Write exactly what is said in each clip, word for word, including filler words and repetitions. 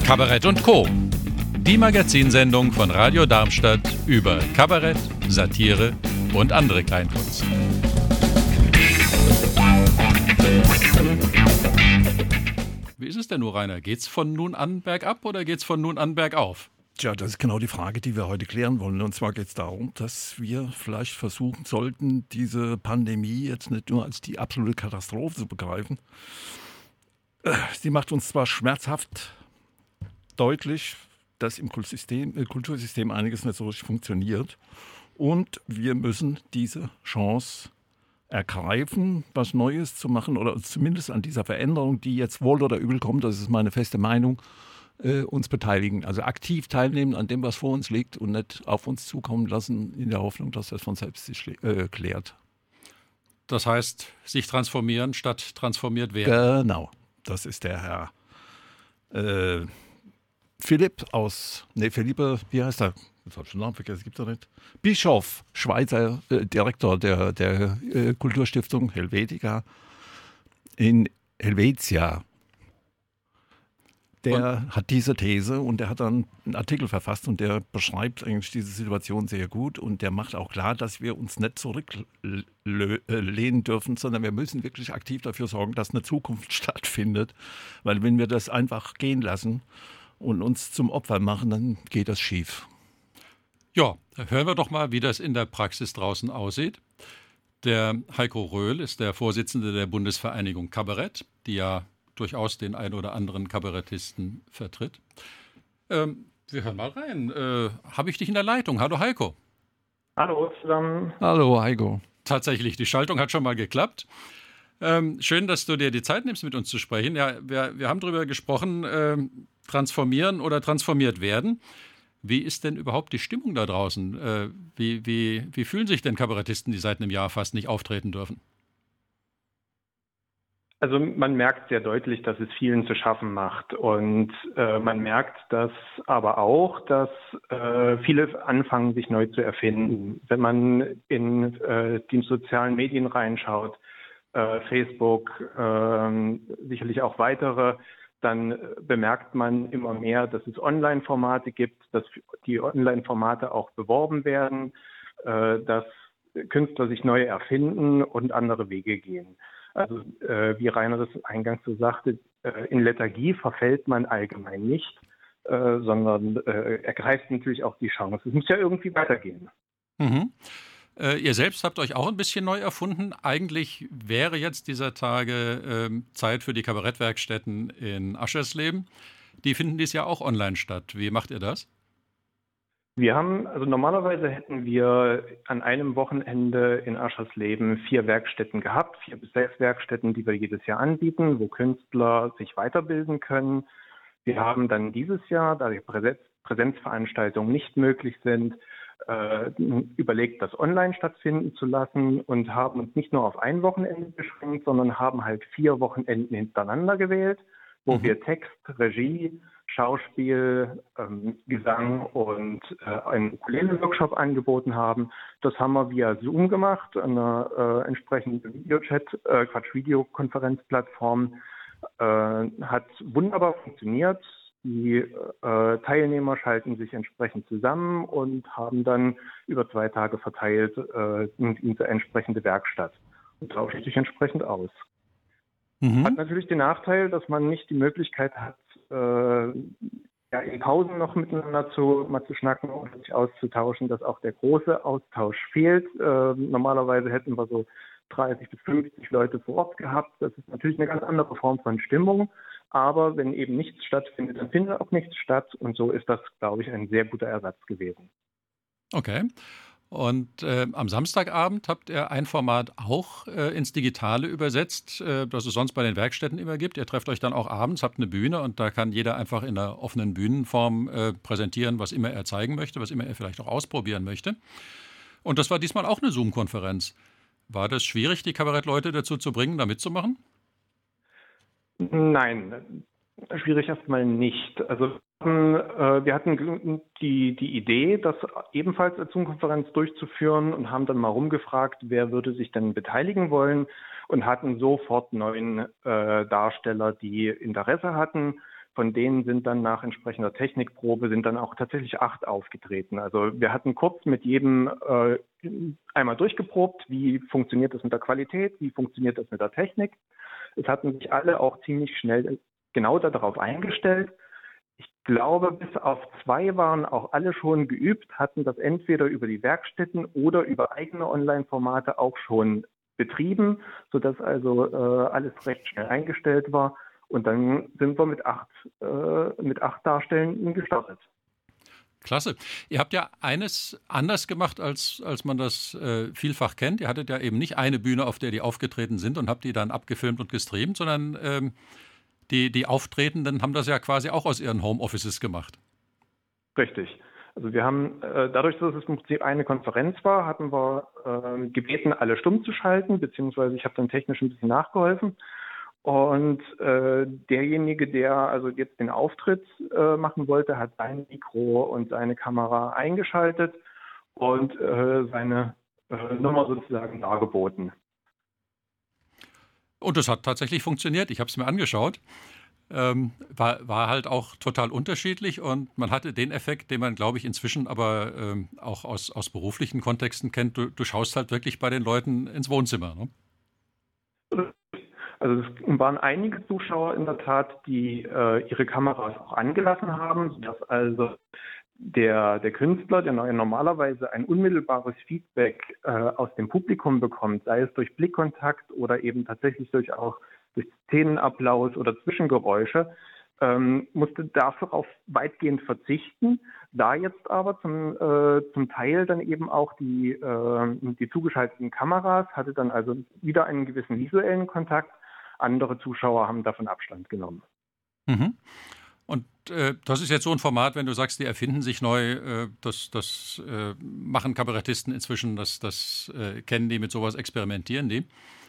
Kabarett und Co. Die Magazinsendung von Radio Darmstadt über Kabarett, Satire und andere Kleinkunst. Wie ist es denn nur, Rainer? Geht's von nun an bergab oder geht's von nun an bergauf? Tja, das ist genau die Frage, die wir heute klären wollen. Und zwar geht es darum, dass wir vielleicht versuchen sollten, diese Pandemie jetzt nicht nur als die absolute Katastrophe zu begreifen. Sie macht uns zwar schmerzhaft deutlich, dass im Kultursystem, äh, Kultursystem einiges nicht so richtig funktioniert. Und wir müssen diese Chance ergreifen, was Neues zu machen oder zumindest an dieser Veränderung, die jetzt wohl oder übel kommt, das ist meine feste Meinung, äh, uns beteiligen. Also aktiv teilnehmen an dem, was vor uns liegt und nicht auf uns zukommen lassen in der Hoffnung, dass das von selbst sich äh, klärt. Das heißt, sich transformieren statt transformiert werden. Genau, das ist der Herr äh, Philipp aus, ne, Philippe, wie heißt er? Jetzt habe ich den Namen vergessen, gibt es nicht. Bischof, Schweizer äh, Direktor der, der äh, Kulturstiftung Helvetica in Helvetia. Der und? hat diese These und der hat dann einen Artikel verfasst und der beschreibt eigentlich diese Situation sehr gut und der macht auch klar, dass wir uns nicht zurücklehnen dürfen, sondern wir müssen wirklich aktiv dafür sorgen, dass eine Zukunft stattfindet, weil wenn wir das einfach gehen lassen und uns zum Opfer machen, dann geht das schief. Ja, hören wir doch mal, wie das in der Praxis draußen aussieht. Der Heiko Röhl ist der Vorsitzende der Bundesvereinigung Kabarett, die ja durchaus den ein oder anderen Kabarettisten vertritt. Ähm, wir hören mal rein. Äh, Habe ich dich in der Leitung? Hallo Heiko. Hallo zusammen. Hallo Heiko. Tatsächlich, die Schaltung hat schon mal geklappt. Ähm, schön, dass du dir die Zeit nimmst, mit uns zu sprechen. Ja, wir, wir haben darüber gesprochen, äh, transformieren oder transformiert werden. Wie ist denn überhaupt die Stimmung da draußen? Äh, wie, wie, wie fühlen sich denn Kabarettisten, die seit einem Jahr fast nicht auftreten dürfen? Also man merkt sehr deutlich, dass es vielen zu schaffen macht. Und äh, man merkt das aber auch, dass äh, viele anfangen, sich neu zu erfinden. Wenn man in äh, die sozialen Medien reinschaut, äh, Facebook, äh, sicherlich auch weitere, dann bemerkt man immer mehr, dass es Online-Formate gibt, dass die Online-Formate auch beworben werden, äh, dass Künstler sich neu erfinden und andere Wege gehen. Also äh, wie Rainer das eingangs so sagte, äh, in Lethargie verfällt man allgemein nicht, äh, sondern äh, ergreift natürlich auch die Chance. Es muss ja irgendwie weitergehen. Mhm. Äh, ihr selbst habt euch auch ein bisschen neu erfunden. Eigentlich wäre jetzt dieser Tage äh, Zeit für die Kabarettwerkstätten in Aschersleben. Die finden dies Jahr auch online statt. Wie macht ihr das? Wir haben, also normalerweise hätten wir an einem Wochenende in Aschersleben vier Werkstätten gehabt, vier bis sechs Werkstätten, die wir jedes Jahr anbieten, wo Künstler sich weiterbilden können. Wir haben dann dieses Jahr, da die Präsenz, Präsenzveranstaltungen nicht möglich sind, äh, überlegt, das online stattfinden zu lassen und haben uns nicht nur auf ein Wochenende beschränkt, sondern haben halt vier Wochenenden hintereinander gewählt, wo mhm. wir Text, Regie, Schauspiel, ähm, Gesang und äh, einen Ukulele-Workshop angeboten haben. Das haben wir via Zoom gemacht, einer äh, entsprechenden Videochat, äh, Quatsch, Videokonferenzplattform. Äh, hat wunderbar funktioniert. Die äh, Teilnehmer schalten sich entsprechend zusammen und haben dann über zwei Tage verteilt äh, in die entsprechende Werkstatt und tauschen sich entsprechend aus. Mhm. Hat natürlich den Nachteil, dass man nicht die Möglichkeit hat, äh, ja, in Pausen noch miteinander zu, mal zu schnacken und sich auszutauschen, dass auch der große Austausch fehlt. Äh, normalerweise hätten wir so dreißig bis fünfzig Leute vor Ort gehabt. Das ist natürlich eine ganz andere Form von Stimmung. Aber wenn eben nichts stattfindet, dann findet auch nichts statt. Und so ist das, glaube ich, ein sehr guter Ersatz gewesen. Okay. Und äh, am Samstagabend habt ihr ein Format auch äh, ins Digitale übersetzt, äh, das es sonst bei den Werkstätten immer gibt. Ihr trefft euch dann auch abends, habt eine Bühne und da kann jeder einfach in einer offenen Bühnenform äh, präsentieren, was immer er zeigen möchte, was immer er vielleicht auch ausprobieren möchte. Und das war diesmal auch eine Zoom-Konferenz. War das schwierig, die Kabarettleute dazu zu bringen, da mitzumachen? Nein, schwierig erstmal nicht. Also wir hatten die, die Idee, das ebenfalls als Zoom-Konferenz durchzuführen und haben dann mal rumgefragt, wer würde sich denn beteiligen wollen und hatten sofort neun äh, Darsteller, die Interesse hatten. Von denen sind dann nach entsprechender Technikprobe sind dann auch tatsächlich acht aufgetreten. Also wir hatten kurz mit jedem äh, einmal durchgeprobt, wie funktioniert das mit der Qualität, wie funktioniert das mit der Technik. Es hatten sich alle auch ziemlich schnell genau darauf eingestellt. Ich glaube, bis auf zwei waren auch alle schon geübt, hatten das entweder über die Werkstätten oder über eigene Online-Formate auch schon betrieben, sodass also äh, alles recht schnell eingestellt war. Und dann sind wir mit acht, äh, mit acht Darstellenden gestartet. Klasse. Ihr habt ja eines anders gemacht, als, als man das äh, vielfach kennt. Ihr hattet ja eben nicht eine Bühne, auf der die aufgetreten sind und habt die dann abgefilmt und gestreamt, sondern ähm, die, die Auftretenden haben das ja quasi auch aus ihren Homeoffices gemacht. Richtig. Also wir haben, äh, dadurch, dass es im Prinzip eine Konferenz war, hatten wir äh, gebeten, alle stumm zu schalten, beziehungsweise ich habe dann technisch ein bisschen nachgeholfen. Und äh, derjenige, der also jetzt den Auftritt äh, machen wollte, hat sein Mikro und seine Kamera eingeschaltet und äh, seine äh, Nummer sozusagen dargeboten. Und das hat tatsächlich funktioniert. Ich habe es mir angeschaut. Ähm, war, war halt auch total unterschiedlich und man hatte den Effekt, den man, glaube ich, inzwischen aber ähm, auch aus, aus beruflichen Kontexten kennt. Du, du schaust halt wirklich bei den Leuten ins Wohnzimmer, ne? Also es waren einige Zuschauer in der Tat, die äh, ihre Kameras auch angelassen haben, sodass also der, der Künstler, der normalerweise ein unmittelbares Feedback äh, aus dem Publikum bekommt, sei es durch Blickkontakt oder eben tatsächlich durch auch durch Szenenapplaus oder Zwischengeräusche, ähm, musste dafür auf weitgehend verzichten. Da jetzt aber zum, äh, zum Teil dann eben auch die, äh, die zugeschalteten Kameras hatte dann also wieder einen gewissen visuellen Kontakt. Andere Zuschauer haben davon Abstand genommen. Mhm. Und äh, das ist jetzt so ein Format, wenn du sagst, die erfinden sich neu, äh, das, das äh, machen Kabarettisten inzwischen, das, das äh, kennen die, mit sowas experimentieren die?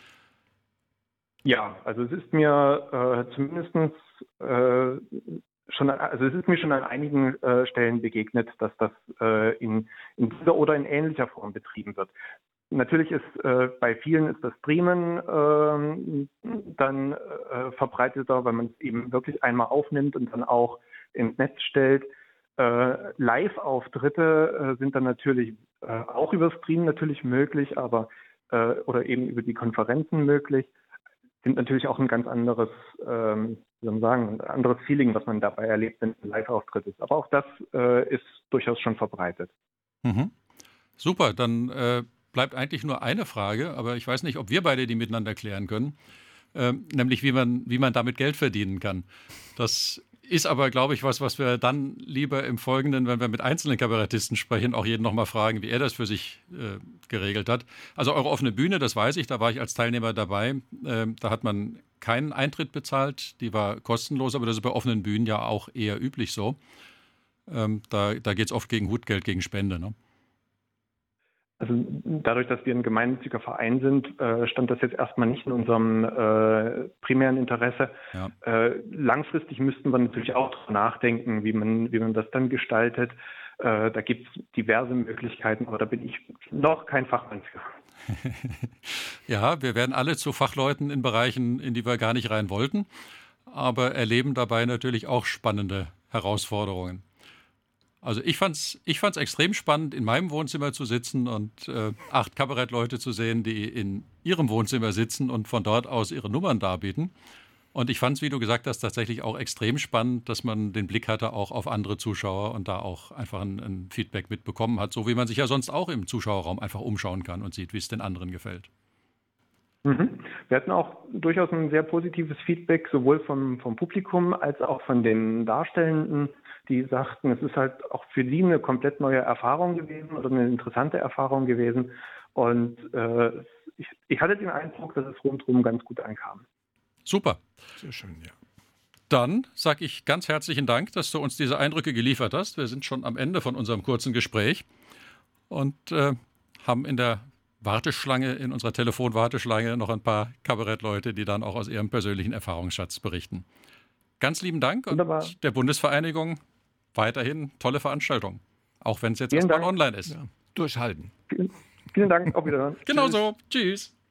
Ja, also es ist mir äh, zumindest äh, schon, also es ist mir schon an einigen äh, Stellen begegnet, dass das äh, in, in dieser oder in ähnlicher Form betrieben wird. Natürlich ist äh, bei vielen ist das Streamen äh, dann äh, verbreiteter, weil man es eben wirklich einmal aufnimmt und dann auch ins Netz stellt. Äh, Live-Auftritte äh, sind dann natürlich äh, auch über Stream natürlich möglich, aber äh, oder eben über die Konferenzen möglich, sind natürlich auch ein ganz anderes, ähm, wie soll man sagen, ein anderes Feeling, was man dabei erlebt, wenn ein Live-Auftritt ist. Aber auch das äh, ist durchaus schon verbreitet. Mhm. Super, dann äh bleibt eigentlich nur eine Frage, aber ich weiß nicht, ob wir beide die miteinander klären können, ähm, nämlich wie man, wie man damit Geld verdienen kann. Das ist aber, glaube ich, was, was wir dann lieber im Folgenden, wenn wir mit einzelnen Kabarettisten sprechen, auch jeden nochmal fragen, wie er das für sich äh, geregelt hat. Also eure offene Bühne, das weiß ich, da war ich als Teilnehmer dabei. Ähm, da hat man keinen Eintritt bezahlt, die war kostenlos, aber das ist bei offenen Bühnen ja auch eher üblich so. Ähm, da da geht es oft gegen Hutgeld, gegen Spende, ne? Also dadurch, dass wir ein gemeinnütziger Verein sind, äh, stand das jetzt erstmal nicht in unserem äh, primären Interesse. Ja. Äh, langfristig müssten wir natürlich auch darüber nachdenken, wie man, wie man das dann gestaltet. Äh, da gibt es diverse Möglichkeiten, aber da bin ich noch kein Fachmann für. Ja, wir werden alle zu Fachleuten in Bereichen, in die wir gar nicht rein wollten, aber erleben dabei natürlich auch spannende Herausforderungen. Also ich fand's, ich fand's extrem spannend, in meinem Wohnzimmer zu sitzen und äh, acht Kabarettleute zu sehen, die in ihrem Wohnzimmer sitzen und von dort aus ihre Nummern darbieten. Und ich fand es, wie du gesagt hast, tatsächlich auch extrem spannend, dass man den Blick hatte auch auf andere Zuschauer und da auch einfach ein, ein Feedback mitbekommen hat, so wie man sich ja sonst auch im Zuschauerraum einfach umschauen kann und sieht, wie es den anderen gefällt. Mhm. Wir hatten auch durchaus ein sehr positives Feedback, sowohl vom, vom Publikum als auch von den Darstellenden, die sagten, es ist halt auch für sie eine komplett neue Erfahrung gewesen oder eine interessante Erfahrung gewesen. Und äh, ich, ich hatte den Eindruck, dass es rundherum ganz gut ankam. Super. Sehr schön, ja. Dann sage ich ganz herzlichen Dank, dass du uns diese Eindrücke geliefert hast. Wir sind schon am Ende von unserem kurzen Gespräch und äh, haben in der Warteschlange, in unserer Telefonwarteschlange noch ein paar Kabarettleute, die dann auch aus ihrem persönlichen Erfahrungsschatz berichten. Ganz lieben Dank Wunderbar. Und der Bundesvereinigung weiterhin tolle Veranstaltung, auch wenn es jetzt Vielen erstmal Dank. online ist. Ja. Durchhalten. Vielen, vielen Dank, auf Wiedersehen. Genau Tschüss. so. Tschüss.